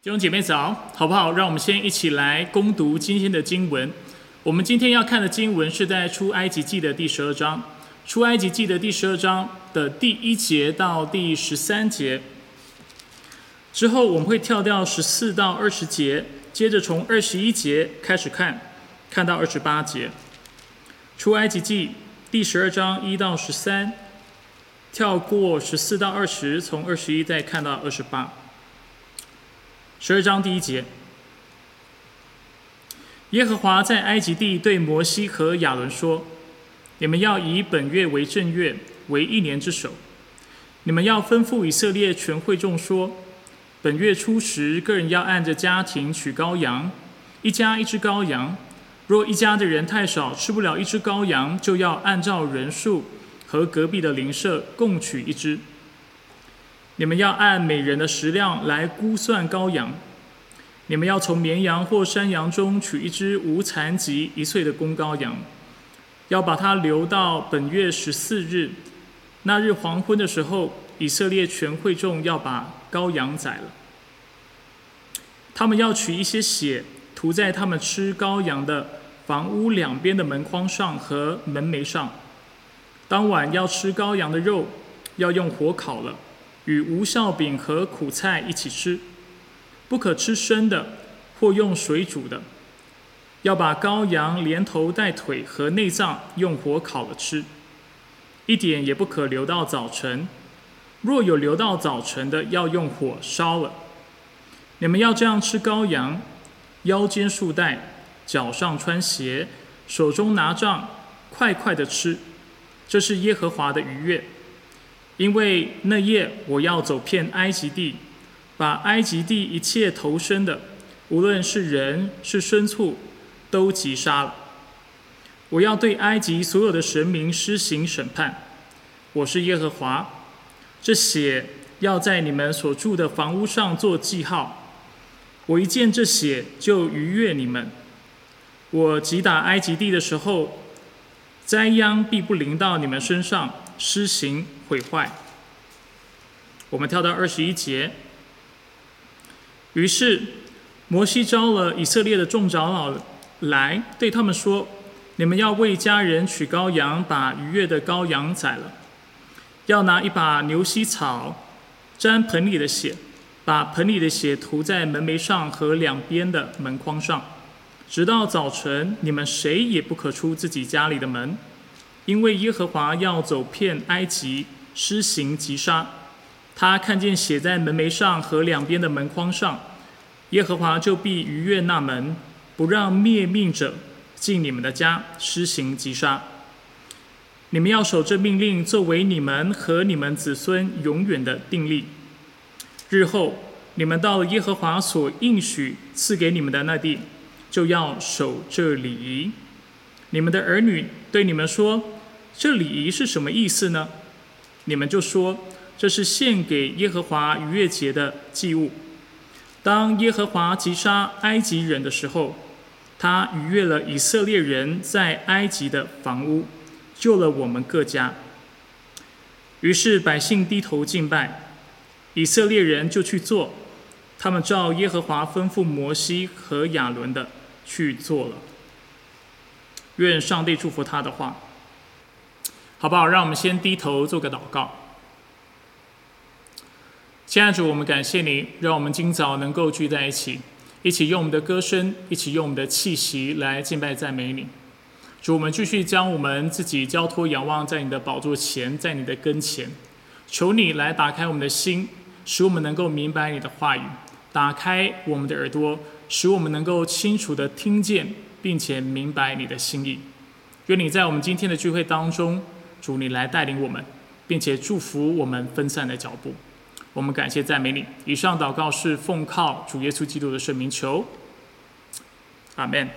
弟兄姐妹早，好不好？让我们先一起来攻读今天的经文。我们今天要看的经文是在出埃及记的第12章，出埃及记的第12章的第1节到第13节。之后我们会跳掉14到20节，接着从21节开始看到28节。出埃及记第12章1到13，跳过14到20，从21再看到28。12章第1节，耶和华在埃及地对摩西和亚伦说：你们要以本月为正月，为1年之首。你们要吩咐以色列全会众说：本月初时，个人要按着家庭取羔羊，一家一只羔羊。若一家的人太少，吃不了一只羔羊，就要按照人数和隔壁的邻舍共取一只。你们要按每人的食量来估算羔羊。你们要从绵羊或山羊中取一只无残疾1岁的公羔羊，要把它留到本月14日。那日黄昏的时候，以色列全会众要把羔羊宰了。他们要取一些血，涂在他们吃羔羊的房屋两边的门框上和门楣上。当晚要吃羔羊的肉，要用火烤了，与无酵饼和苦菜一起吃，不可吃生的或用水煮的。要把羔羊连头带腿和内脏用火烤了吃，一点也不可留到早晨。若有留到早晨的，要用火烧了。你们要这样吃羔羊，腰间束带，脚上穿鞋，手中拿杖，快快的吃。这是耶和华的逾越。因为那夜我要走遍埃及地，把埃及地一切头生的，无论是人是牲畜，都击杀了。我要对埃及所有的神明施行审判。我是耶和华。这血要在你们所住的房屋上做记号。我一见这血就逾越你们。我击打埃及地的时候，灾殃必不临到你们身上，施行毁坏。我们跳到21节。于是摩西招了以色列的众长老来，对他们说：你们要为家人取羔羊，把逾越的羔羊宰了。要拿一把牛膝草，沾盆里的血，把盆里的血涂在门楣上和两边的门框上。直到早晨，你们谁也不可出自己家里的门，因为耶和华要走遍埃及，施行击杀。他看见血在门楣上和两边的门框上，耶和华就必逾越那门，不让灭命者进你们的家，施行击杀。你们要守这命令，作为你们和你们子孙永远的定例。日后你们到了耶和华所应许赐给你们的那地，就要守这礼仪。你们的儿女对你们说：这礼仪是什么意思呢？你们就说：这是献给耶和华逾越节的祭物。当耶和华击杀埃及人的时候，他逾越了以色列人在埃及的房屋，救了我们各家。于是百姓低头敬拜，以色列人就去做，他们照耶和华吩咐摩西和亚伦的去做了。愿上帝祝福他的话。好不好？让我们先低头做个祷告。亲爱的主，我们感谢你，让我们今早能够聚在一起，一起用我们的歌声，一起用我们的气息来敬拜赞美你。主，我们继续将我们自己交托仰望在你的宝座前，在你的跟前，求你来打开我们的心，使我们能够明白你的话语，打开我们的耳朵，使我们能够清楚地听见并且明白你的心意。愿你在我们今天的聚会当中，主你来带领我们，并且祝福我们分散的脚步。我们感谢赞美你。以上祷告是奉靠主耶稣基督的圣名求，阿们。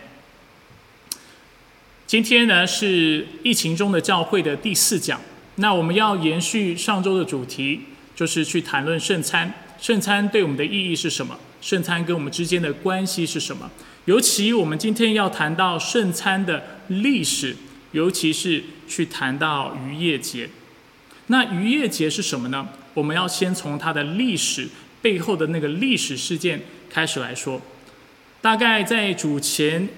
今天呢是疫情中的教会的第4讲，那我们要延续上周的主题，就是去谈论圣餐。圣餐对我们的意义是什么？圣餐跟我们之间的关系是什么？尤其我们今天要谈到圣餐的历史，尤其是去谈到逾越节。那逾越节是什么呢？我们要先从它的历史背后的那个历史事件开始来说。大概在主前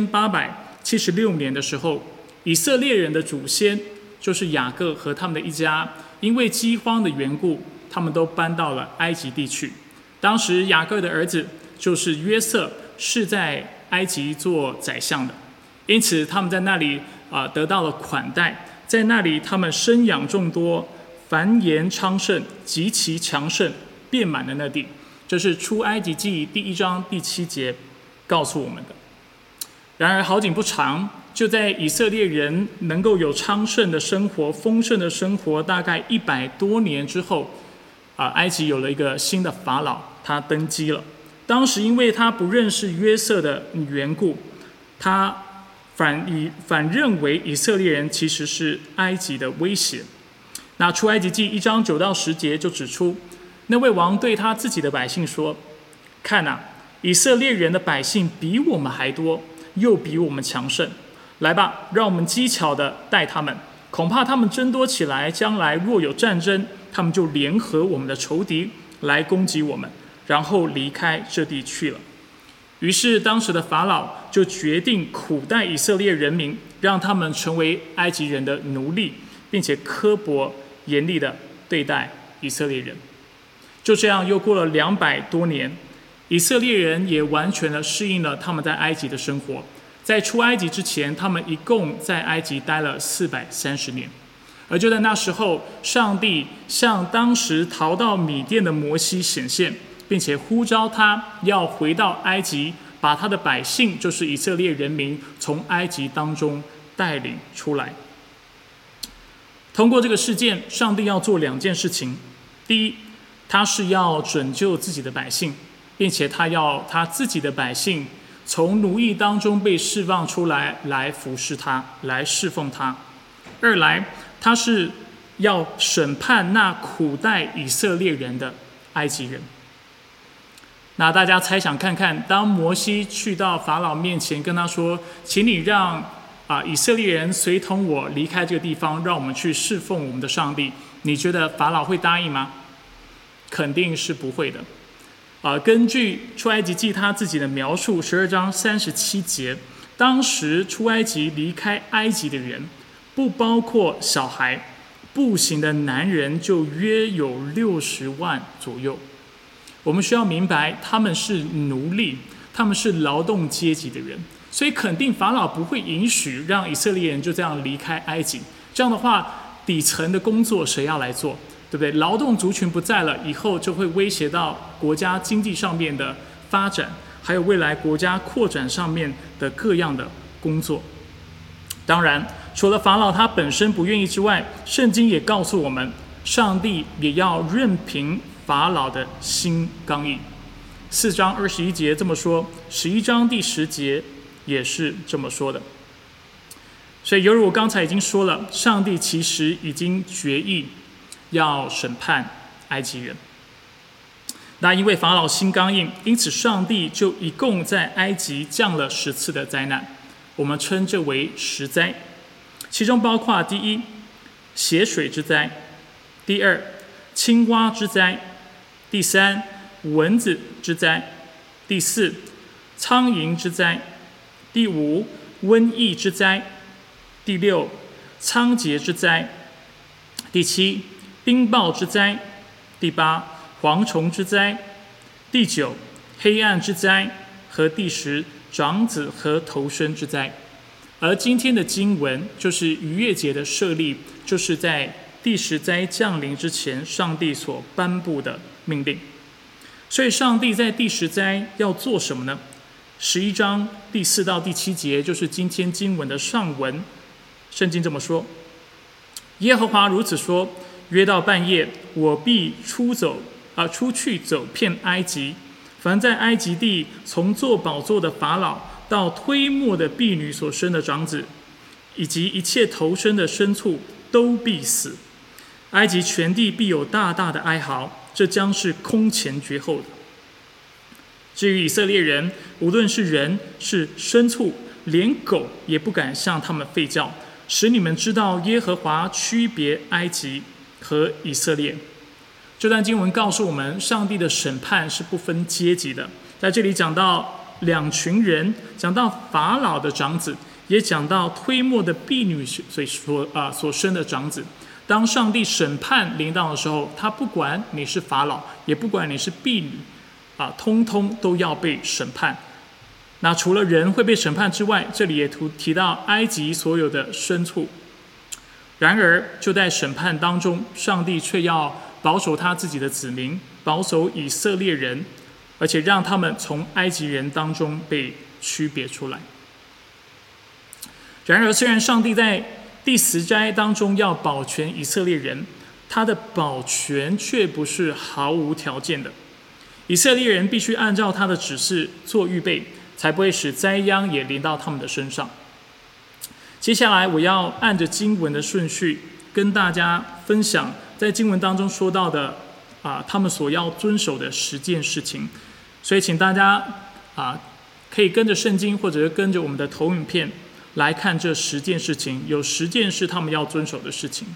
1876年的时候，以色列人的祖先就是雅各和他们的一家，因为饥荒的缘故，他们都搬到了埃及地区。当时雅各的儿子就是约瑟，是在埃及做宰相的，因此他们在那里得到了款待，在那里他们生养众多，繁衍昌盛，极其强盛，遍满了那地。这是出埃及记第1章第7节告诉我们的。然而好景不长，就在以色列人能够有昌盛的生活、丰盛的生活大概100多年之后，埃及有了一个新的法老，他登基了。当时因为他不认识约瑟的缘故，他反认为以色列人其实是埃及的威胁。那出埃及记1章9到10节就指出，那位王对他自己的百姓说：看啊，以色列人的百姓比我们还多，又比我们强盛。来吧，让我们机巧地待他们，恐怕他们增多起来，将来若有战争，他们就联合我们的仇敌来攻击我们，然后离开这地去了。于是当时的法老就决定苦待以色列人民，让他们成为埃及人的奴隶，并且刻薄严厉地对待以色列人。就这样又过了200多年，以色列人也完全的适应了他们在埃及的生活。在出埃及之前，他们一共在埃及待了430年。而就在那时候，上帝向当时逃到米甸的摩西显现，并且呼召他要回到埃及，把他的百姓，就是以色列人民，从埃及当中带领出来。通过这个事件，上帝要做2件事情。第一，他是要拯救自己的百姓，并且他要他自己的百姓从奴役当中被释放出来，来服侍他，来侍奉他。二来，他是要审判那苦待以色列人的埃及人。那大家猜想看看，当摩西去到法老面前跟他说：请你让以色列人随同我离开这个地方，让我们去侍奉我们的上帝，你觉得法老会答应吗？肯定是不会的。根据出埃及记他自己的描述，12章37节，当时出埃及离开埃及的人，不包括小孩，步行的男人就约有60万左右。我们需要明白，他们是奴隶，他们是劳动阶级的人，所以肯定法老不会允许让以色列人就这样离开埃及。这样的话，底层的工作谁要来做？对不对？劳动族群不在了，以后就会威胁到国家经济上面的发展，还有未来国家扩展上面的各样的工作。当然，除了法老他本身不愿意之外，圣经也告诉我们，上帝也要任凭法老的心刚硬。4章21节这么说，11章第10节也是这么说的。所以犹如我刚才已经说了，上帝其实已经决意要审判埃及人。那因为法老心刚硬，因此上帝就一共在埃及降了10次的灾难，我们称这为10灾。其中包括第一，血水之灾；第二，青蛙之灾；第三，蚊子之灾；第四，苍蝇之灾；第五，瘟疫之灾；第六，仓颉之灾；第七，冰雹之灾；第八，蝗虫之灾；第九，黑暗之灾；和第10，长子和头生之灾。而今天的经文就是逾越节的设立，就是在第10灾降临之前，上帝所颁布的命令。所以上帝在第10灾要做什么呢？11章第4到第7节就是今天经文的上文。圣经这么说：耶和华如此说，约到半夜，我必出去走遍埃及，凡在埃及地从坐宝座的法老到推磨的婢女所生的长子，以及一切头生的牲畜都必死。埃及全地必有大大的哀嚎，这将是空前绝后的。至于以色列人，无论是人是牲畜，连狗也不敢向他们吠叫，使你们知道耶和华区别埃及和以色列。这段经文告诉我们，上帝的审判是不分阶级的， 在这里讲到两群人，讲到法老的长子，也讲到推磨的婢女所生的长子。当上帝审判临到的时候，他不管你是法老，也不管你是婢女，通通都要被审判。那除了人会被审判之外，这里也提到埃及所有的牲畜。然而就在审判当中，上帝却要保守他自己的子民，保守以色列人，而且让他们从埃及人当中被区别出来。然而虽然上帝在第10灾当中要保全以色列人，他的保全却不是毫无条件的。以色列人必须按照他的指示做预备，才不会使灾殃也临到他们的身上。接下来我要按着经文的顺序跟大家分享在经文当中说到的他们所要遵守的10件事情。所以请大家可以跟着圣经或者是跟着我们的投影片来看这10件事情，有10件是他们要遵守的事情。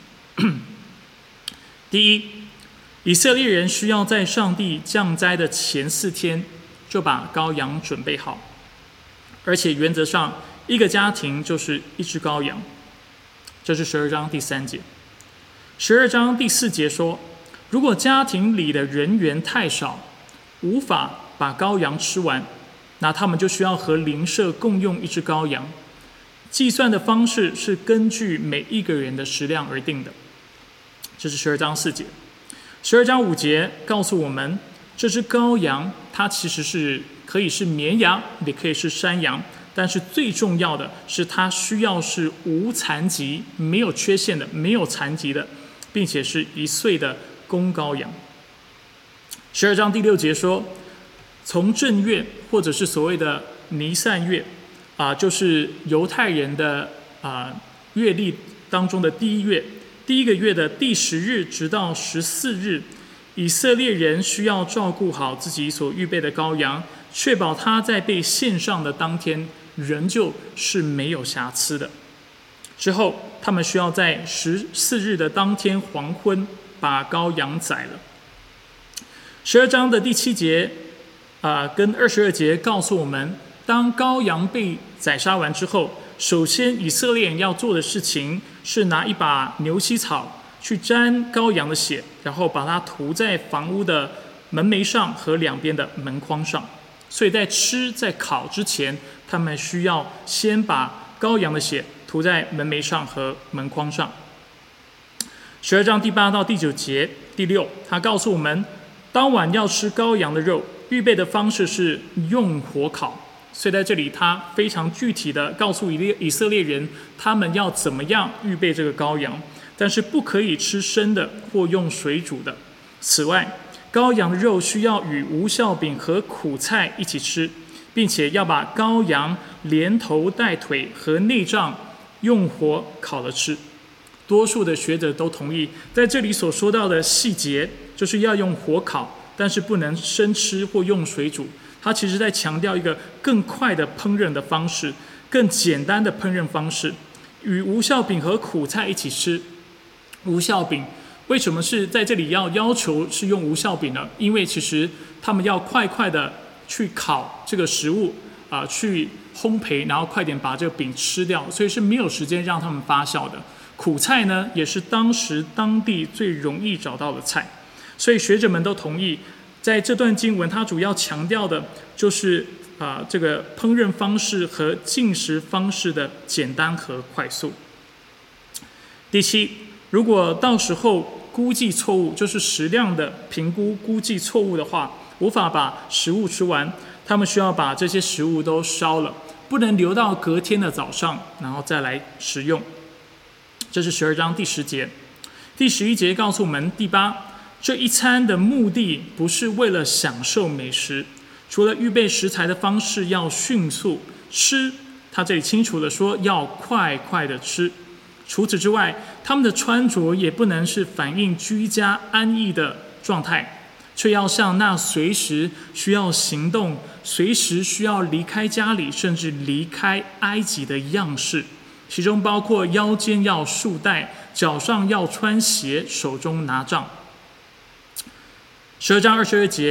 第一，以色列人需要在上帝降灾的前4天就把羔羊准备好，而且原则上一个家庭就是1只羔羊。这是12章第3节。12章第4节说，如果家庭里的人员太少，无法把羔羊吃完，那他们就需要和邻舍共用1只羔羊。计算的方式是根据每一个人的食量而定的。这是12章4节。12章5节告诉我们，这只羔羊它其实可以是绵羊，也可以是山羊，但是最重要的是它需要是无残疾、没有缺陷的、没有残疾的，并且是1岁的公羔羊。12章第6节说，从正月或者是所谓的尼散月就是犹太人的月历当中的第一个月的第10日直到14日，以色列人需要照顾好自己所预备的羔羊，确保它在被献上的当天仍旧是没有瑕疵的。之后他们需要在14日的当天黄昏把羔羊宰了。12章的第7节跟22节告诉我们，当羔羊被宰杀完之后，首先以色列人要做的事情是拿一把牛膝草去沾羔羊的血，然后把它涂在房屋的门楣上和两边的门框上。所以在烤之前，他们需要先把羔羊的血涂在门楣上和门框上。12章第8到第9节第6，他告诉我们，当晚要吃羔羊的肉，预备的方式是用火烤。所以在这里他非常具体的告诉以色列人他们要怎么样预备这个羔羊，但是不可以吃生的或用水煮的。此外，羔羊的肉需要与无酵饼和苦菜一起吃，并且要把羔羊连头带腿和内脏用火烤了吃。多数的学者都同意，在这里所说到的细节就是要用火烤，但是不能生吃或用水煮。他其实在强调一个更快的烹饪的方式，更简单的烹饪方式，与无酵饼和苦菜一起吃。无酵饼为什么是在这里要求是用无酵饼呢？因为其实他们要快的去烤这个食物去烘焙，然后快点把这个饼吃掉，所以是没有时间让他们发酵的。苦菜呢，也是当地最容易找到的菜，所以学者们都同意，在这段经文，它主要强调的就是这个烹饪方式和进食方式的简单和快速。第7，如果到时候估计错误，就是食量的评估估计错误的话，无法把食物吃完，他们需要把这些食物都烧了，不能留到隔天的早上，然后再来食用。这是12章第10节。第11节告诉我们，第8，这一餐的目的不是为了享受美食，除了预备食材的方式要迅速吃，他这里清楚的说要快的吃。除此之外，他们的穿着也不能是反映居家安逸的状态，却要像那随时需要行动、随时需要离开家里，甚至离开埃及的样式，其中包括腰间要束带，脚上要穿鞋，手中拿杖。12章22节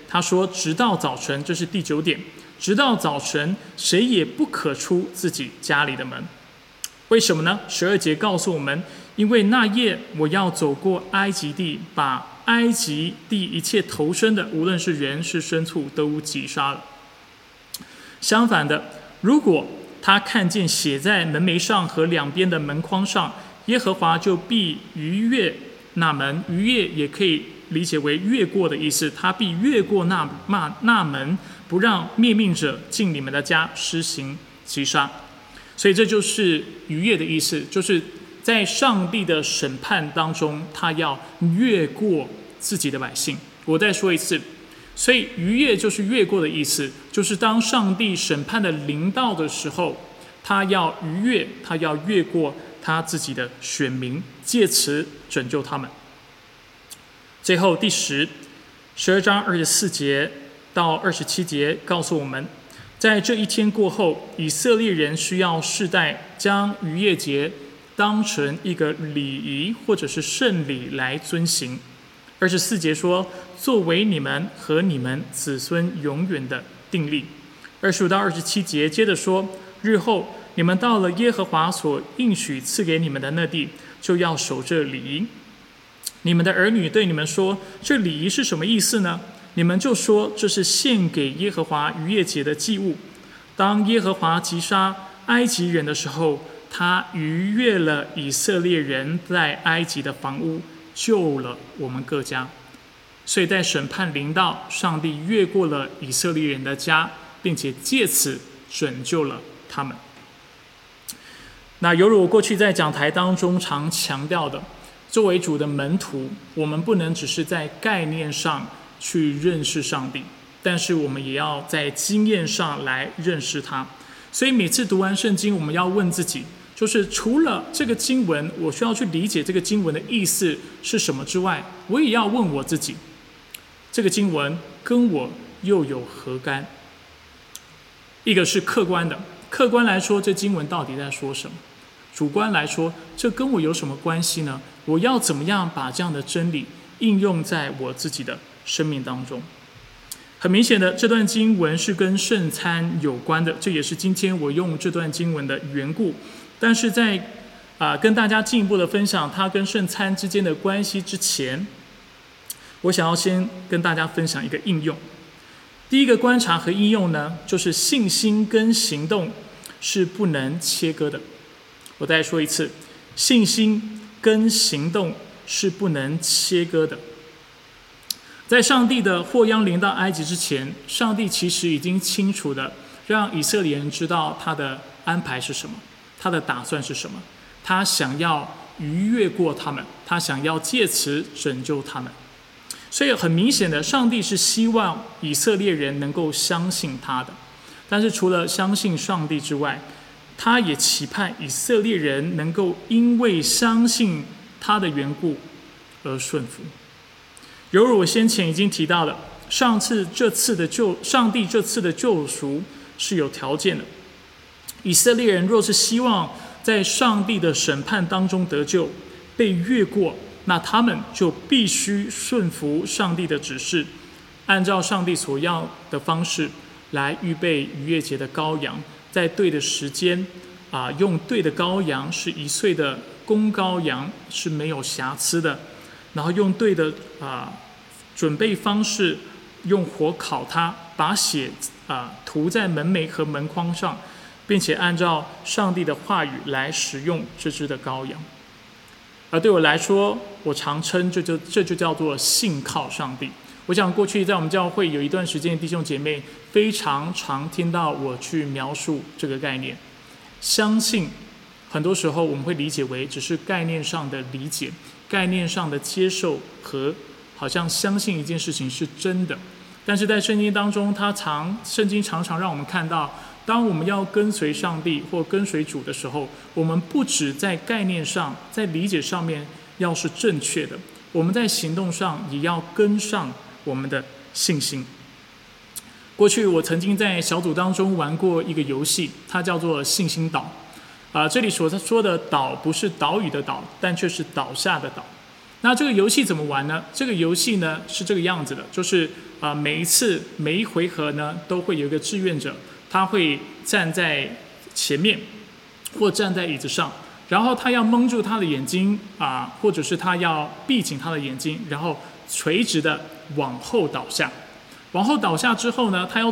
他说：“直到早晨，这是第9点，直到早晨，谁也不可出自己家里的门。”为什么呢？12节告诉我们，因为那夜我要走过埃及地，把埃及地一切头生的，无论是人是牲畜，都击杀了。相反的，如果他看见写在门楣上和两边的门框上，耶和华就必逾越那门。逾越也可以理解为越过的意思，他必越过那门，不让灭命者进你们的家，施行击杀。所以这就是逾越的意思，就是在上帝的审判当中，他要越过自己的百姓。我再说一次，所以逾越就是越过的意思，就是当上帝审判的临到的时候，他要逾越，他要越过他自己的选民，借此拯救他们。最后第12章24节到27节告诉我们，在这一天过后，以色列人需要世代将逾越节当成一个礼仪或者是圣礼来遵行。24节说，作为你们和你们子孙永远的定例。25到27节接着说，日后你们到了耶和华所应许赐给你们的那地，就要守这礼仪。你们的儿女对你们说，这礼仪是什么意思呢？你们就说，这是献给耶和华逾越节的祭物。当耶和华击杀埃及人的时候，他逾越了以色列人在埃及的房屋，救了我们各家。所以在审判临到，上帝越过了以色列人的家，并且借此拯救了他们。那犹如我过去在讲台当中常强调的，作为主的门徒，我们不能只是在概念上去认识上帝，但是我们也要在经验上来认识他。所以每次读完圣经，我们要问自己，就是除了这个经文我需要去理解这个经文的意思是什么之外，我也要问我自己，这个经文跟我又有何干？一个是客观的，客观来说，这经文到底在说什么？主观来说，这跟我有什么关系呢？我要怎么样把这样的真理应用在我自己的生命当中？很明显的，这段经文是跟圣餐有关的，这也是今天我用这段经文的缘故。但是在跟大家进一步的分享它跟圣餐之间的关系之前，我想要先跟大家分享一个应用。第一个观察和应用呢，就是信心跟行动是不能切割的。我再说一次，信心跟行动是不能切割的。在上帝的祸殃临到埃及之前，上帝其实已经清楚的让以色列人知道他的安排是什么，他的打算是什么，他想要逾越过他们，他想要借此拯救他们。所以很明显的，上帝是希望以色列人能够相信他的，但是除了相信上帝之外，他也期盼以色列人能够因为相信他的缘故而顺服。犹如我先前已经提到的，上帝这次的救赎是有条件的。以色列人若是希望在上帝的审判当中得救，被越过，那他们就必须顺服上帝的指示，按照上帝所要的方式来预备逾越节的羔羊，在对的时间用对的羔羊，是1岁的公羔羊，是没有瑕疵的，然后用对的准备方式，用火烤它，把血涂在门楣和门框上，并且按照上帝的话语来使用这只的羔羊。而对我来说，我常称这就叫做信靠上帝。我想过去在我们教会有一段时间，弟兄姐妹非常常听到我去描述这个概念。相信很多时候我们会理解为只是概念上的理解，概念上的接受，和好像相信一件事情是真的。但是在圣经当中，圣经常常让我们看到，当我们要跟随上帝或跟随主的时候，我们不只在概念上，在理解上面要是正确的，我们在行动上也要跟上我们的信心。过去我曾经在小组当中玩过一个游戏，它叫做信心岛。这里所说的岛不是岛屿的岛，但却是倒下的岛。 那这个游戏怎么玩呢？这个游戏呢是这个样子的，就是每一回合呢都会有一个志愿者，他会站在前面或站在椅子上，然后他要蒙住他的眼睛或者是他要闭紧他的眼睛，然后垂直的往后倒下。往后倒下之后呢，他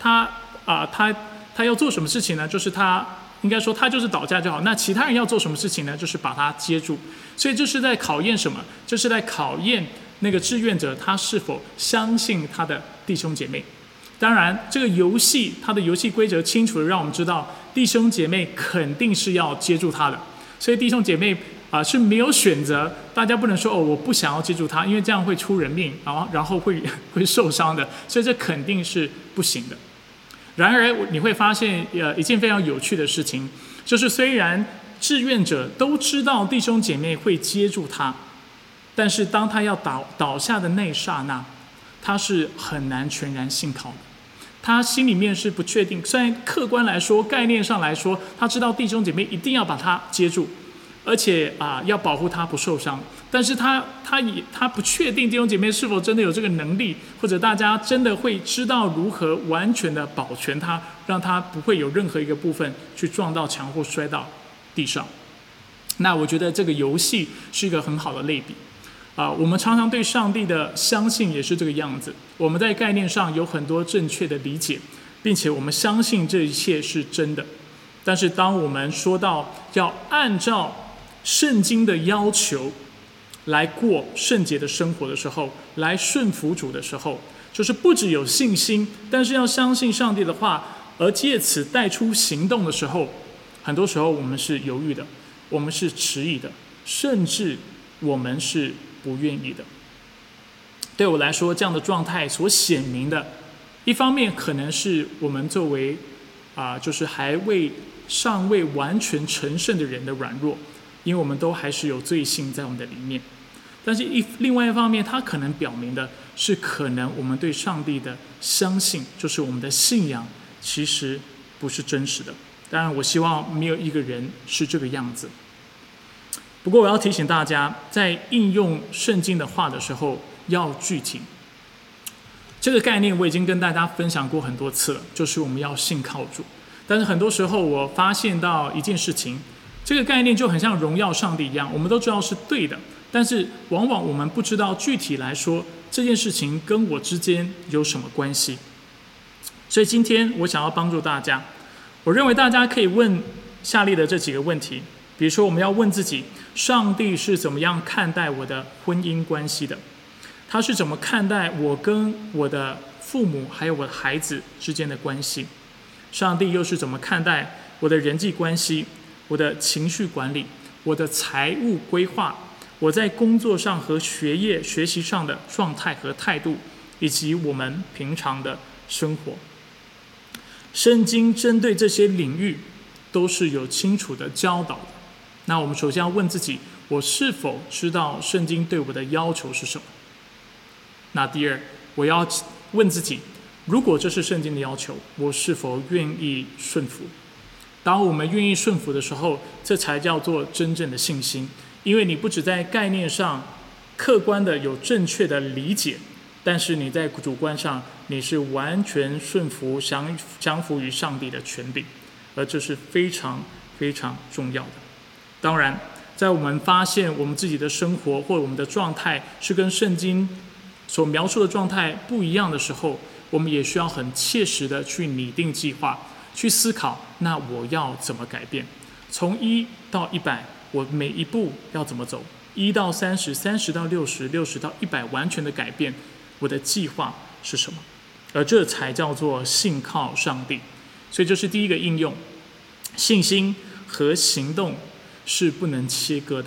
要做什么事情呢？就是应该说他就是倒下就好。那其他人要做什么事情呢？就是把他接住。所以这是在考验什么？这是在考验那个志愿者他是否相信他的弟兄姐妹。当然，这个游戏它的游戏规则清楚的让我们知道，弟兄姐妹肯定是要接住他的。所以弟兄姐妹是没有选择，大家不能说我不想要接住他，因为这样会出人命，然后会受伤的。所以这肯定是不行的。然而你会发现一件非常有趣的事情，就是虽然志愿者都知道弟兄姐妹会接住他，但是当他要倒下的那一刹那，他是很难全然信靠的。他心里面是不确定，虽然客观来说概念上来说他知道弟兄姐妹一定要把他接住，而且要保护他不受伤，但是他不确定弟兄姐妹是否真的有这个能力，或者大家真的会知道如何完全的保全他，让他不会有任何一个部分去撞到墙或摔到地上。那我觉得这个游戏是一个很好的类比。我们常常对上帝的相信也是这个样子，我们在概念上有很多正确的理解，并且我们相信这一切是真的。但是当我们说到要按照圣经的要求来过圣洁的生活的时候，来顺服主的时候，就是不只有信心，但是要相信上帝的话，而借此带出行动的时候，很多时候我们是犹豫的，我们是迟疑的，甚至我们是不愿意的。对我来说，这样的状态所显明的，一方面可能是我们作为就是尚未完全成圣的人的软弱，因为我们都还是有罪性在我们的里面。但是另外一方面，它可能表明的是，可能我们对上帝的相信，就是我们的信仰，其实不是真实的。当然，我希望没有一个人是这个样子。不过我要提醒大家，在应用圣经的话的时候要具体。这个概念我已经跟大家分享过很多次了，就是我们要信靠主。但是很多时候我发现到一件事情，这个概念就很像荣耀上帝一样，我们都知道是对的，但是往往我们不知道具体来说这件事情跟我之间有什么关系。所以今天我想要帮助大家，我认为大家可以问下列的这几个问题。比如说，我们要问自己，上帝是怎么样看待我的婚姻关系的？他是怎么看待我跟我的父母还有我的孩子之间的关系？上帝又是怎么看待我的人际关系、我的情绪管理、我的财务规划、我在工作上和学习上的状态和态度，以及我们平常的生活？圣经针对这些领域都是有清楚的教导的。那我们首先要问自己，我是否知道圣经对我的要求是什么？那第二，我要问自己，如果这是圣经的要求，我是否愿意顺服？当我们愿意顺服的时候，这才叫做真正的信心。因为你不只在概念上客观的有正确的理解，但是你在主观上你是完全顺服降服于上帝的权柄，而这是非常非常重要的。当然，在我们发现我们自己的生活或我们的状态是跟圣经所描述的状态不一样的时候，我们也需要很切实的去拟定计划，去思考，那我要怎么改变？从1到100，我每一步要怎么走？1到30， 30到60， 60到100，完全的改变，我的计划是什么？而这才叫做信靠上帝。所以这是第一个应用，信心和行动是不能切割的。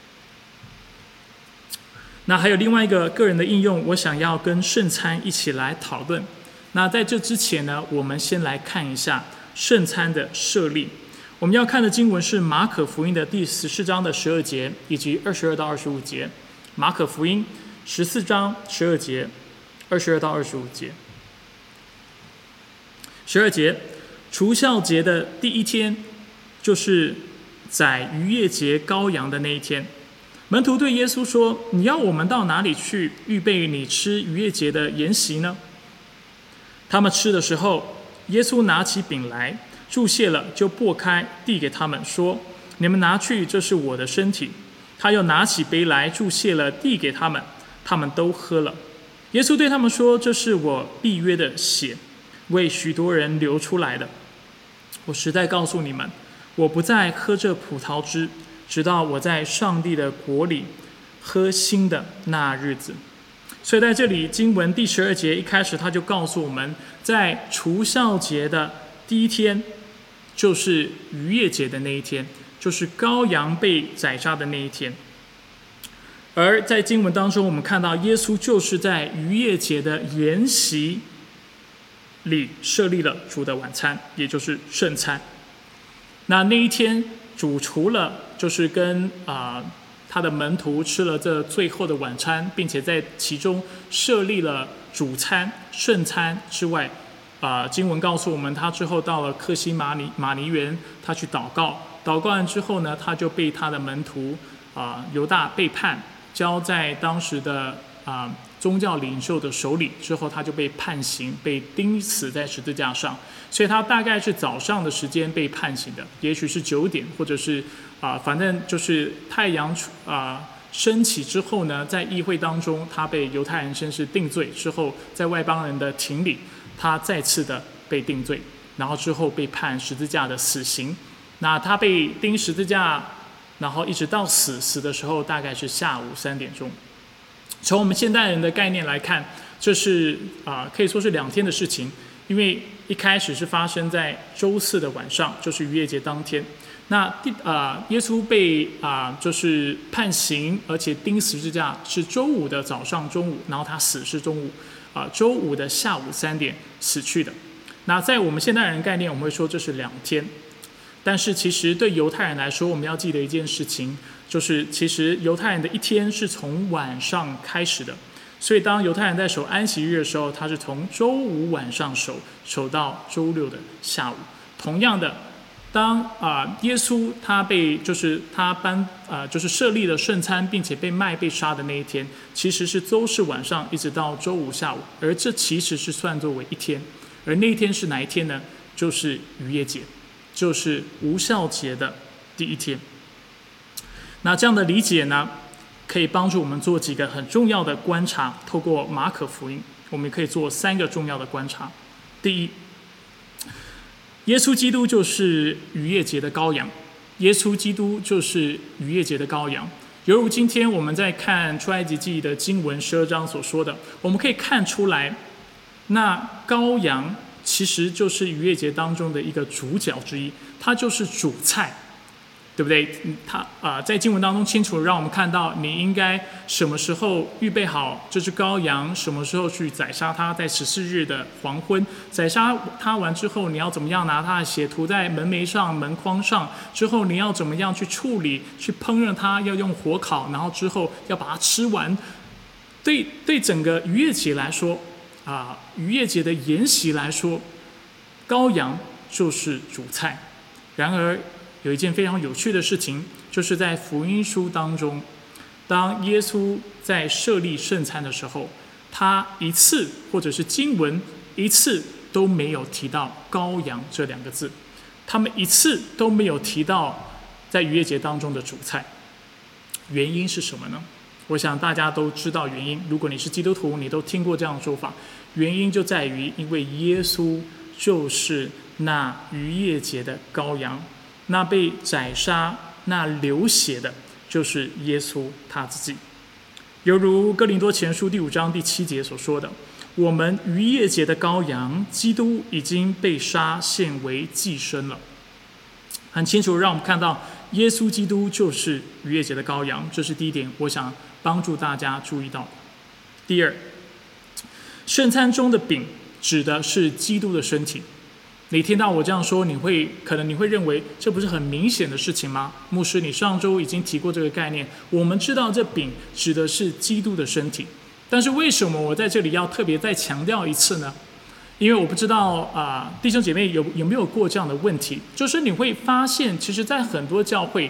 那还有另外一个个人的应用，我想要跟圣餐一起来讨论。那在这之前呢，我们先来看一下圣餐的设立。我们要看的经文是马可福音的第14章的12节以及22到25节。马可福音14章12节，22到25节。12节，除酵节的第一天，就是宰逾越节羔羊的那一天， 门徒对耶稣说：“你要我们到哪里去预备你吃逾越节的筵席呢？”他们吃的时候，耶稣拿起饼来，祝谢了，就擘开，递给他们，说：“你们拿去，这是我的身体。”他又拿起杯来，祝谢了，递给他们，他们都喝了。耶稣对他们说：“这是我立约的血，为许多人流出来的。我实在告诉你们，我不再喝这葡萄汁，直到我在上帝的国里喝新的那日子。”所以在这里经文第12节一开始，他就告诉我们，在除酵节的第一天，就是逾越节的那一天，就是羔羊被宰杀的那一天。而在经文当中，我们看到耶稣就是在逾越节的筵席里设立了主的晚餐，也就是圣餐。那一天，主除了就是跟他的门徒吃了这最后的晚餐，并且在其中设立了主餐、圣餐之外，经文告诉我们，他之后到了客西马尼园，他去祷告，祷告完之后呢，他就被他的门徒犹大背叛，交在当时的宗教领袖的手里，之后他就被判刑，被钉死在十字架上。所以他大概是早上的时间被判刑的，也许是9点，或者是反正就是太阳升起之后呢，在议会当中，他被犹太人先是定罪，之后在外邦人的庭里，他再次的被定罪，然后之后被判十字架的死刑。那他被钉十字架，然后一直到死的时候，大概是下午3点钟。从我们现代人的概念来看，这是可以说是2天的事情，因为一开始是发生在周4的晚上，就是逾越节当天。那耶稣被就是判刑，而且钉十字架是周5的早上中午，然后他死是中午周5的下午3点死去的。那在我们现代人概念，我们会说这是2天。但是其实对犹太人来说，我们要记得一件事情，就是其实犹太人的一天是从晚上开始的。所以当犹太人在守安息日的时候，他是从周5晚上守到周6的下午。同样的，当耶稣他就是设立了圣餐，并且被卖被杀的那一天，其实是周4晚上一直到周5下午，而这其实是算作为一天。而那一天是哪一天呢？就是逾越节，就是无酵节的第一天。那这样的理解呢，可以帮助我们做几个很重要的观察。透过马可福音，我们可以做3个重要的观察。第一，耶稣基督就是逾越节的羔羊，耶稣基督就是逾越节的羔羊。犹如今天我们在看出埃及记的经文12章所说的，我们可以看出来，那羔羊其实就是逾越节当中的一个主角之一，它就是主菜，对不对？它在经文当中清楚让我们看到，你应该什么时候预备好这只羔羊，什么时候去宰杀它，在14日的黄昏宰杀它完之后，你要怎么样拿它的血涂在门楣上、门框上，之后你要怎么样去处理、去烹饪它，要用火烤，然后之后要把它吃完。对整个逾越节来说，逾越节的筵席来说，羔羊就是主菜。然而有一件非常有趣的事情，就是在福音书当中，当耶稣在设立圣餐的时候，他一次或者是经文一次都没有提到羔羊这2个字，他们一次都没有提到在逾越节当中的主菜。原因是什么呢？我想大家都知道原因，如果你是基督徒，你都听过这样的说法。原因就在于，因为耶稣就是那逾越节的羔羊，那被宰杀、那流血的，就是耶稣他自己。犹如哥林多前书第5章第7节所说的，我们逾越节的羔羊基督已经被杀，献为祭牲了。很清楚让我们看到耶稣基督就是逾越节的羔羊，这是第一点，我想帮助大家注意到。第二，圣餐中的饼指的是基督的身体。你听到我这样说，可能你会认为这不是很明显的事情吗？牧师，你上周已经提过这个概念，我们知道这饼指的是基督的身体，但是为什么我在这里要特别再强调一次呢？因为我不知道弟兄姐妹有没有过这样的问题，就是你会发现，其实在很多教会，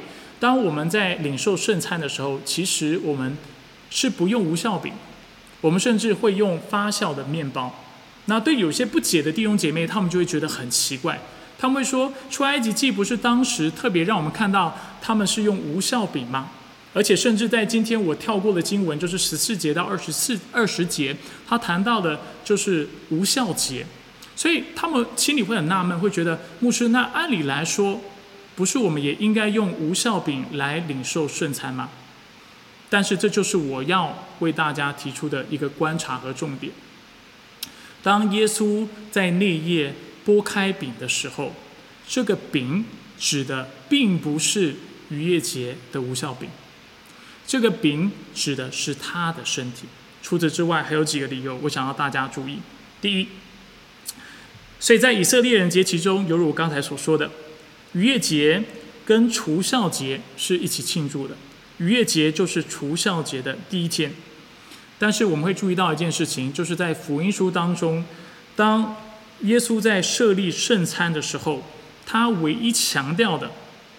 当我们在领受圣餐的时候，其实我们是不用无酵饼，我们甚至会用发酵的面包。那对有些不解的弟兄姐妹，他们就会觉得很奇怪，他们会说，出埃及记不是当时特别让我们看到他们是用无酵饼吗？而且甚至在今天我跳过的经文，就是14节到20节，他谈到的就是无酵节。所以他们心里会很纳闷，会觉得牧师，那按理来说，不是我们也应该用无酵饼来领受圣餐吗？但是这就是我要为大家提出的一个观察和重点。当耶稣在那夜拨开饼的时候，这个饼指的并不是逾越节的无酵饼，这个饼指的是他的身体。除此之外，还有几个理由，我想要大家注意。第一，所以在以色列人节期中，犹如我刚才所说的，逾越节跟除酵节是一起庆祝的。逾越节就是除酵节的第一天。但是我们会注意到一件事情，就是在福音书当中，当耶稣在设立圣餐的时候，他唯一强调的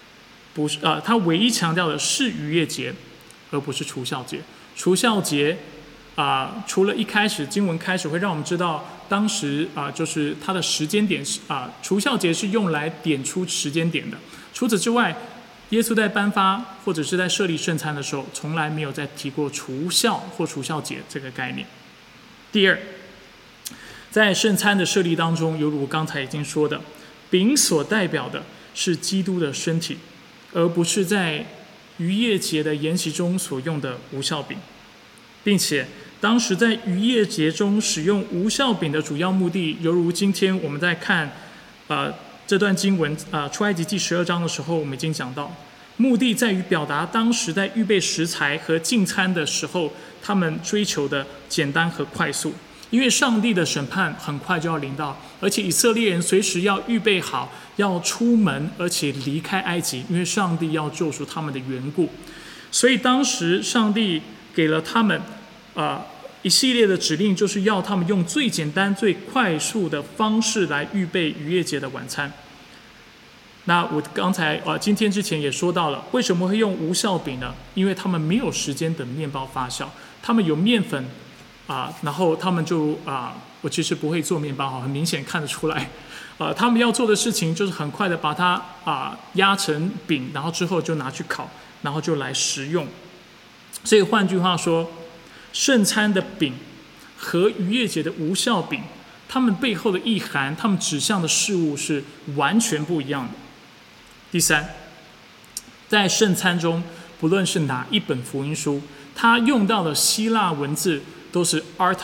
是逾越节，而不是除酵节。除酵节除了一开始经文开始会让我们知道，当时就是它的时间点除酵节是用来点出时间点的。除此之外，耶稣在颁发或者是在设立圣餐的时候，从来没有再提过除酵或除酵节这个概念。第二，在圣餐的设立当中，犹如我刚才已经说的，饼所代表的是基督的身体，而不是在逾越节的筵席中所用的无酵饼。并且当时在逾越节中使用无酵饼的主要目的，犹如今天我们在看这段经文出埃及记12章的时候，我们已经讲到，目的在于表达当时在预备食材和进餐的时候，他们追求的简单和快速。因为上帝的审判很快就要临到，而且以色列人随时要预备好要出门，而且离开埃及，因为上帝要救赎他们的缘故。所以当时上帝给了他们一系列的指令，就是要他们用最简单最快速的方式来预备逾越节的晚餐。那我刚才今天之前也说到了，为什么会用无酵饼呢？因为他们没有时间等面包发酵，他们有面粉然后他们就我其实不会做面包，很明显看得出来。他们要做的事情就是很快的把它压成饼，然后之后就拿去烤，然后就来食用。所以换句话说，圣餐的饼和逾越节的无酵饼，它们背后的意涵，它们指向的事物是完全不一样的。第三，在圣餐中，不论是哪一本福音书，它用到的希腊文字都是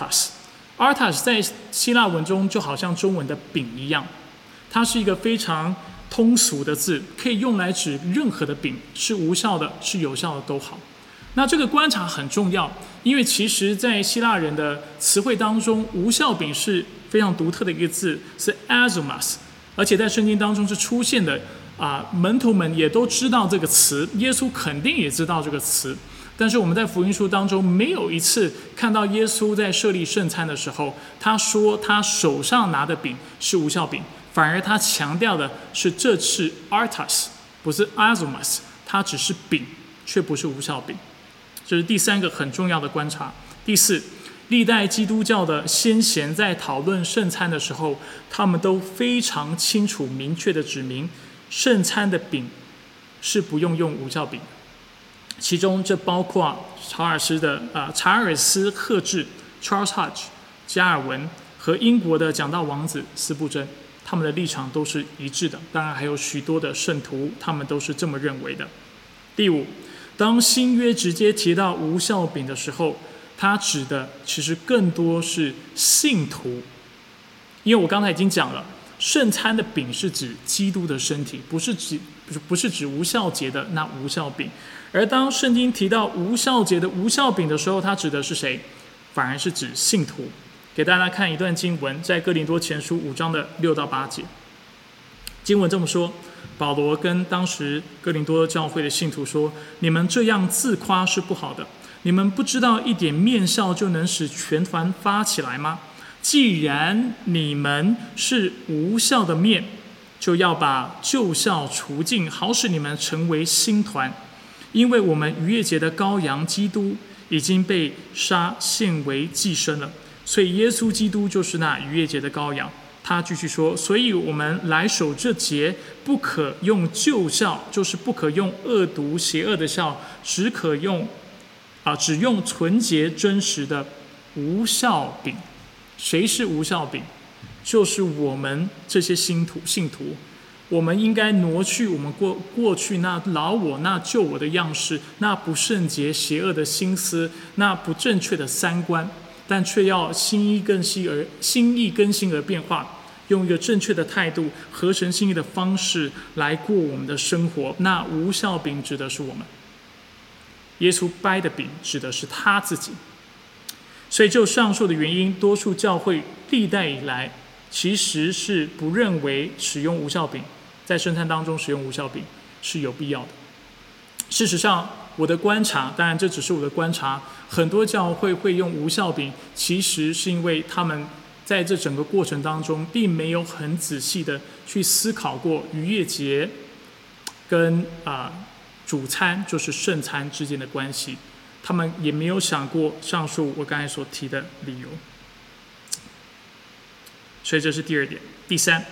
artas。artas 在希腊文中就好像中文的饼一样，它是一个非常通俗的字，可以用来指任何的饼，是无效的，是有效的都好。那这个观察很重要，因为其实在希腊人的词汇当中，无酵饼是非常独特的一个字，是 azomas， 而且在圣经当中是出现的门徒们也都知道这个词，耶稣肯定也知道这个词。但是我们在福音书当中没有一次看到耶稣在设立圣餐的时候，他说他手上拿的饼是无酵饼，反而他强调的是这是 artas， 不是 azomas， 它只是饼，却不是无酵饼。这是第三个很重要的观察。第四，历代基督教的先贤在讨论圣餐的时候，他们都非常清楚明确的指明，圣餐的饼是不用无酵饼。其中这包括查尔斯赫治 Charles Hodge、加尔文和英国的讲道王子司布真，他们的立场都是一致的。当然还有许多的圣徒，他们都是这么认为的。第五，当新约直接提到无酵饼的时候，它指的其实更多是信徒，因为我刚才已经讲了，圣餐的饼是指基督的身体，不是指无酵节的那无酵饼。而当圣经提到无酵节的无酵饼的时候，它指的是谁？反而是指信徒。给大家看一段经文，在哥林多前书5章的6到8节。经文这么说，保罗跟当时哥林多教会的信徒说，你们这样自夸是不好的，你们不知道一点面酵就能使全团发起来吗？既然你们是无酵的面，就要把旧酵除尽，好使你们成为新团。 因为我们逾越节的羔羊基督已经被杀献为祭牲了，所以耶稣基督就是那逾越节的羔羊。他继续说，所以我们来守这节，不可用旧酵，就是不可用恶毒邪恶的酵，只用纯洁真实的无酵饼。谁是无酵饼？就是我们这些信徒。我们应该挪去我们过去那老我、那旧我的样式，那不圣洁邪恶的心思，那不正确的三观，但却要心意更新而变化，用一个正确的态度、合神心意的方式来过我们的生活。那无酵饼指的是我们，耶稣掰的饼指的是他自己。所以就上述的原因，多数教会历代以来其实是不认为使用无酵饼，在圣餐当中使用无酵饼是有必要的。事实上，我的观察，当然这只是我的观察，很多教会会用无酵饼，其实是因为他们在这整个过程当中并没有很仔细的去思考过逾越节跟主餐就是圣餐之间的关系，他们也没有想过上述我刚才所提的理由。所以这是第二点。第三，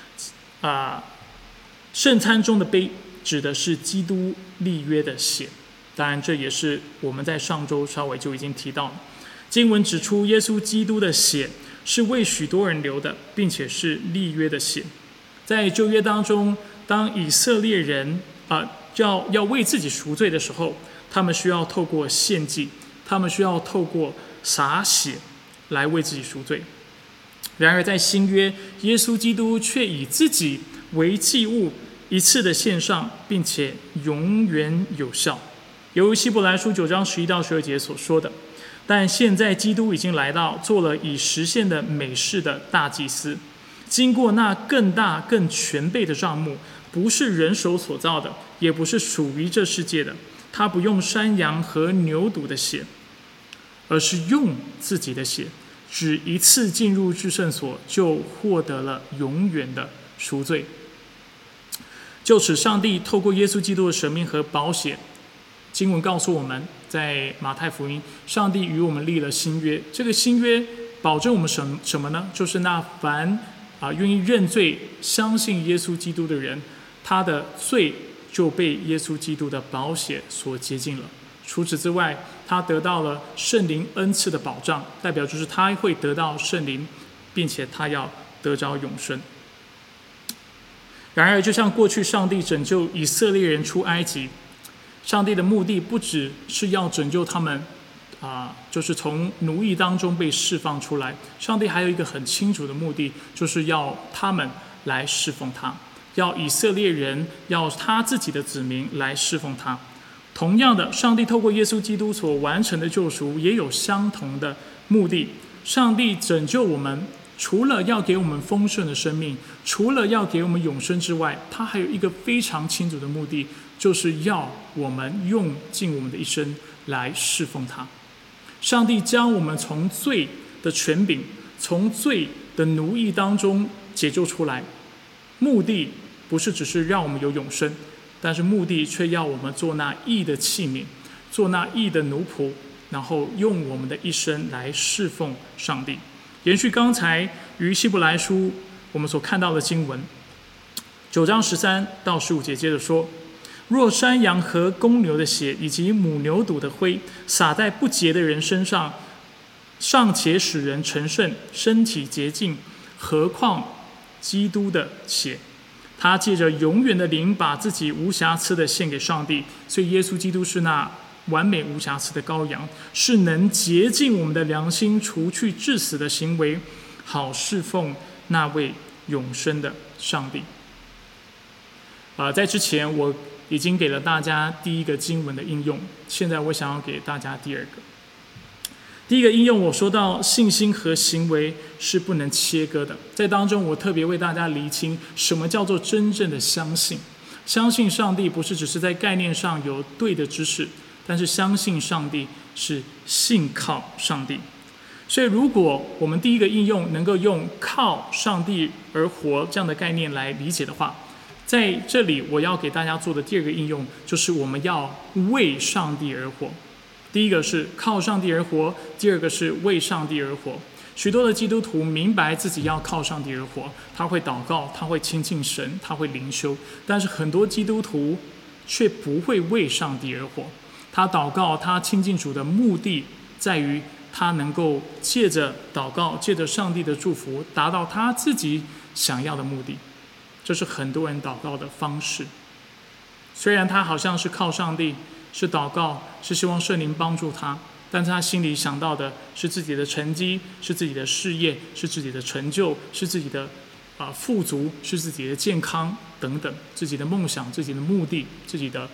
圣餐中的杯指的是基督立约的血，当然这也是我们在上周稍微就已经提到了。经文指出，耶稣基督的血是为许多人流的，并且是立约的血。在旧约当中，当以色列人要为自己赎罪的时候，他们需要透过献祭，他们需要透过洒血来为自己赎罪。然而在新约，耶稣基督却以自己为祭物，一次的献上，并且永远有效。犹如希伯来书9章11到12节所说的，但现在基督已经来到，做了已实现的美事的大祭司，经过那更大更全备的帐幕，不是人手所造的，也不是属于这世界的。他不用山羊和牛犊的血，而是用自己的血，只一次进入至圣所，就获得了永远的赎罪。就此，上帝透过耶稣基督的舍命和宝血，经文告诉我们，在马太福音，上帝与我们立了新约。这个新约保证我们什么呢？就是那凡愿意认罪、相信耶稣基督的人，他的罪就被耶稣基督的宝血所洁净了。除此之外，他得到了圣灵恩赐的保障，代表就是他会得到圣灵，并且他要得着永生。然而，就像过去上帝拯救以色列人出埃及，上帝的目的不只是要拯救他们就是从奴役当中被释放出来，上帝还有一个很清楚的目的，就是要他们来侍奉他，要以色列人，要他自己的子民来侍奉他。同样的，上帝透过耶稣基督所完成的救赎也有相同的目的。上帝拯救我们，除了要给我们丰盛的生命，除了要给我们永生之外，他还有一个非常清楚的目的，就是要我们用尽我们的一生来侍奉他。上帝将我们从罪的权柄、从罪的奴役当中解救出来，目的不是只是让我们有永生，但是目的却要我们做那义的器皿，做那义的奴仆，然后用我们的一生来侍奉上帝。延续刚才于希伯来书我们所看到的经文9章13到15节，接着说，若山羊和公牛的血以及母牛犊的灰洒在不洁的人身上，尚且使人成圣，身体洁净，何况基督的血？他借着永远的灵，把自己无瑕疵的献给上帝。所以耶稣基督是那完美无瑕疵的羔羊，是能洁净我们的良心，除去致死的行为，好侍奉那位永生的上帝。在之前我已经给了大家第一个经文的应用，现在我想要给大家第二个。第一个应用，我说到信心和行为是不能切割的，在当中我特别为大家厘清什么叫做真正的相信。相信上帝不是只是在概念上有对的知识，但是相信上帝是信靠上帝。所以如果我们第一个应用能够用靠上帝而活这样的概念来理解的话， 在这里，我要给大家做的第二个应用，就是我们要为上帝而活。第一个是靠上帝而活，第二个是为上帝而活。许多的基督徒明白自己要靠上帝而活，他会祷告，他会亲近神，他会灵修，但是很多基督徒却不会为上帝而活。他祷告，他亲近主的目的在于他能够借着祷告，借着上帝的祝福，达到他自己想要的目的。这是很多人祷告的方式。虽然他好像是靠上帝，是祷告，是希望圣灵帮助他，但是他心里想到的是自己的成绩，是自己的事业，是自己的成就，是自己的富足，是自己的健康等等，自己的梦想，自己的目的，自己的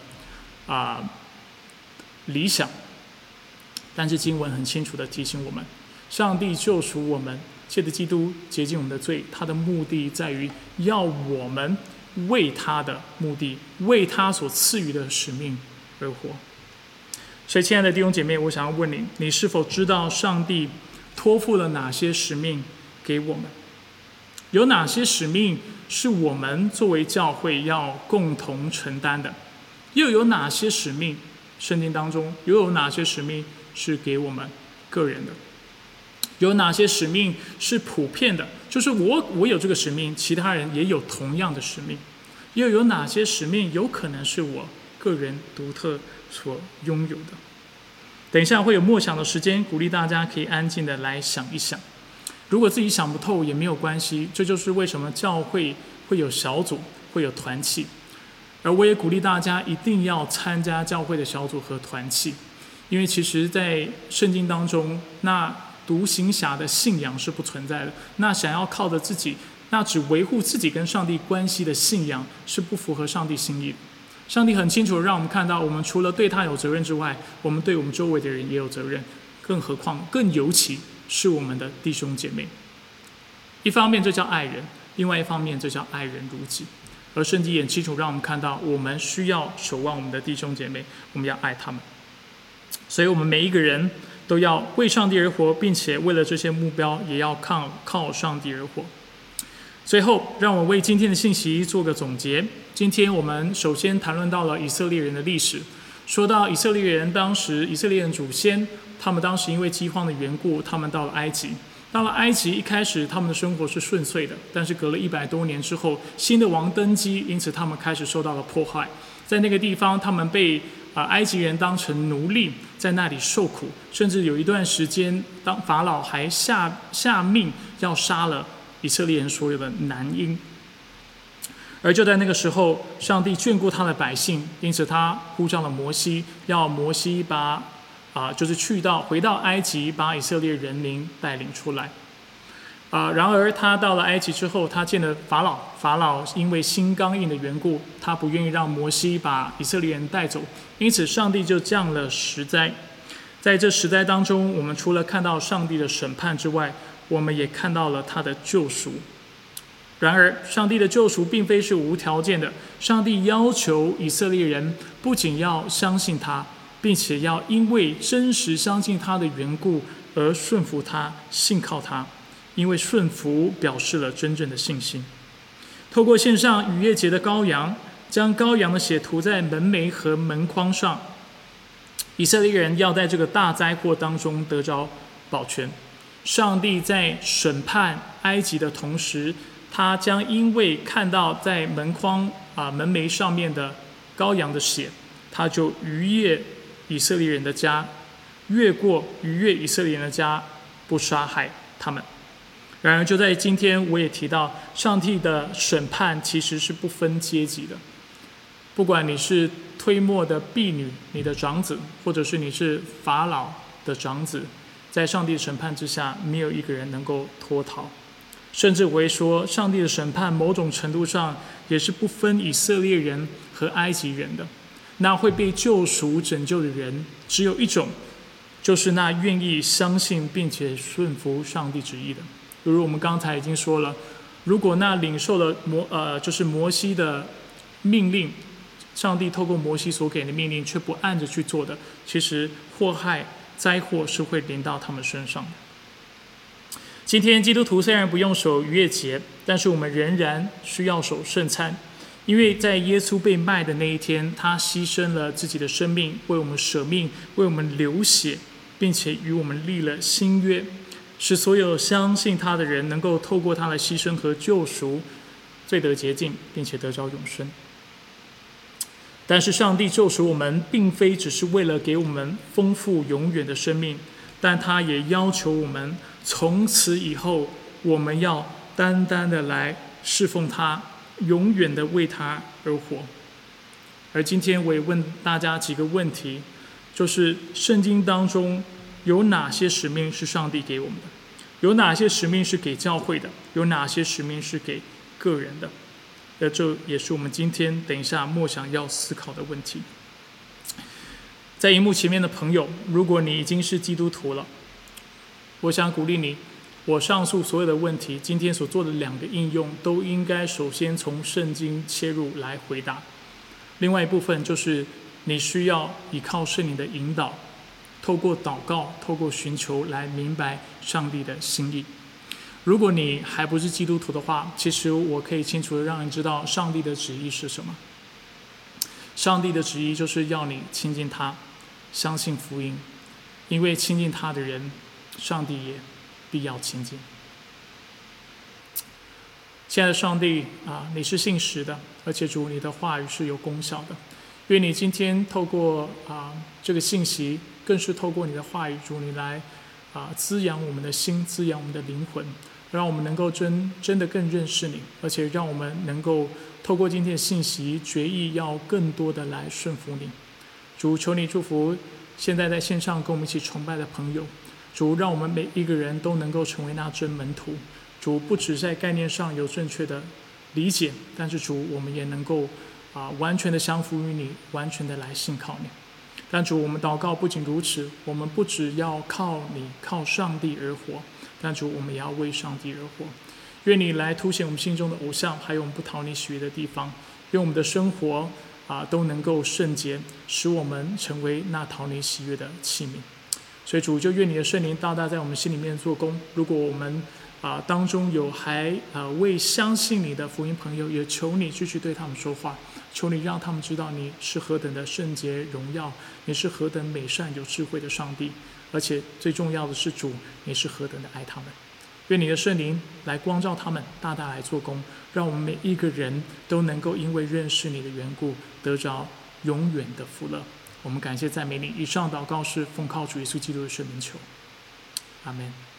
理想。但是经文很清楚地提醒我们，上帝救赎我们，借着基督洁净我们的罪，他的目的在于要我们为他的目的，为他所赐予的使命而活。所以亲爱的弟兄姐妹，我想要问你，你是否知道上帝托付了哪些使命给我们？有哪些使命是我们作为教会要共同承担的？又有哪些使命，圣经当中又有哪些使命是给我们个人的？有哪些使命是普遍的，就是我有这个使命，其他人也有同样的使命？又有哪些使命有可能是我个人独特所拥有的？等一下会有默想的时间，鼓励大家可以安静的来想一想。如果自己想不透也没有关系，这就是为什么教会会有小组，会有团契。而我也鼓励大家一定要参加教会的小组和团契，因为其实在圣经当中，那独行侠的信仰是不存在的，那想要靠着自己，那只维护自己跟上帝关系的信仰是不符合上帝心意的。上帝很清楚让我们看到，我们除了对他有责任之外，我们对我们周围的人也有责任，更何况更尤其是我们的弟兄姐妹。一方面这叫爱人，另外一方面这叫爱人如己。而圣经也清楚让我们看到，我们需要守望我们的弟兄姐妹，我们要爱他们。所以我们每一个人都要为上帝而活，并且为了这些目标也要靠上帝而活。最后让我为今天的信息做个总结。今天我们首先谈论到了以色列人的历史，说到以色列人当时，以色列人祖先他们当时因为饥荒的缘故，他们到了埃及。到了埃及，一开始他们的生活是顺遂的，但是隔了100多年之后，新的王登基，因此他们开始受到了迫害。在那个地方，他们被埃及人当成奴隶，在那里受苦，甚至有一段时间，当法老还下命要杀了以色列人所有的男婴。而就在那个时候，上帝眷顾他的百姓，因此他呼召了摩西，要摩西就是回到埃及，把以色列人民带领出来。然而他到了埃及之后，他见了法老，法老因为心刚硬的缘故，他不愿意让摩西把以色列人带走，因此上帝就降了10灾。在这10灾当中，我们除了看到上帝的审判之外，我们也看到了他的救赎。然而上帝的救赎并非是无条件的，上帝要求以色列人不仅要相信他，并且要因为真实相信他的缘故而顺服他，信靠他，因为顺服表示了真正的信心。透过献上逾越节的羔羊，将羔羊的血涂在门楣和门框上，以色列人要在这个大灾祸当中得着保全。上帝在审判埃及的同时，他将因为看到在门框门楣上面的羔羊的血，他就逾越以色列人的家，逾越以色列人的家，不杀害他们。然而就在今天，我也提到，上帝的审判其实是不分阶级的。不管你是推磨的婢女，你的长子，或者是你是法老的长子，在上帝的审判之下，没有一个人能够脱逃。甚至我会说，上帝的审判某种程度上也是不分以色列人和埃及人的。那会被救赎拯救的人只有一种，就是那愿意相信并且顺服上帝旨意的。如我们刚才已经说了，如果那领受了就是摩西的命令，上帝透过摩西所给的命令却不按着去做的，其实祸害灾祸是会临到他们身上的。今天基督徒虽然不用守逾越节，但是我们仍然需要守圣餐， 因为在耶稣被卖的那一天，他牺牲了自己的生命，为我们舍命，为我们流血，并且与我们立了新约，使所有相信他的人能够透过他的牺牲和救赎，罪得洁净，并且得着永生。但是上帝救赎我们，并非只是为了给我们丰富永远的生命，但他也要求我们从此以后，我们要单单的来侍奉他，永远的为他而活。而今天我也问大家几个问题，就是圣经当中有哪些使命是上帝给我们的？有哪些使命是给教会的？有哪些使命是给个人的？这也是我们今天等一下默想要思考的问题。在荧幕前面的朋友，如果你已经是基督徒了，我想鼓励你，我上述所有的问题，今天所做的2个应用，都应该首先从圣经切入来回答。另外一部分就是你需要依靠圣灵的引导，透过祷告，透过寻求来明白上帝的心意。如果你还不是基督徒的话，其实我可以清楚的让你知道上帝的旨意是什么。上帝的旨意就是要你亲近他，相信福音，因为亲近他的人，上帝也必要亲近。亲爱的上帝你是信实的，而且主你的话语是有功效的。愿你今天透过这个信息，更是透过你的话语，主你来滋养我们的心，滋养我们的灵魂，让我们能够真的更认识你，而且让我们能够透过今天的信息，决意要更多的来顺服你。主，求你祝福现在在线上跟我们一起崇拜的朋友。主，让我们每一个人都能够成为那真门徒。主，不只在概念上有正确的理解，但是主，我们也能够完全的降服于你，完全的来信靠你。但主，我们祷告不仅如此，我们不只要靠你，靠上帝而活，但主，我们也要为上帝而活。愿你来凸显我们心中的偶像，还有我们不讨你喜悦的地方。愿我们的生活都能够圣洁，使我们成为那讨你喜悦的器皿。所以主，就愿你的圣灵大大在我们心里面做工。如果我们当中有还未相信你的福音朋友，也求你继续对他们说话，求你让他们知道你是何等的圣洁荣耀，你是何等美善有智慧的上帝，而且最重要的是主，你是何等的爱他们。愿你的圣灵来光照他们，大大来做工，让我们每一个人都能够因为认识你的缘故，得着永远的福乐。我们感谢赞美你。以上祷告是奉靠主耶稣基督的圣名求，阿们。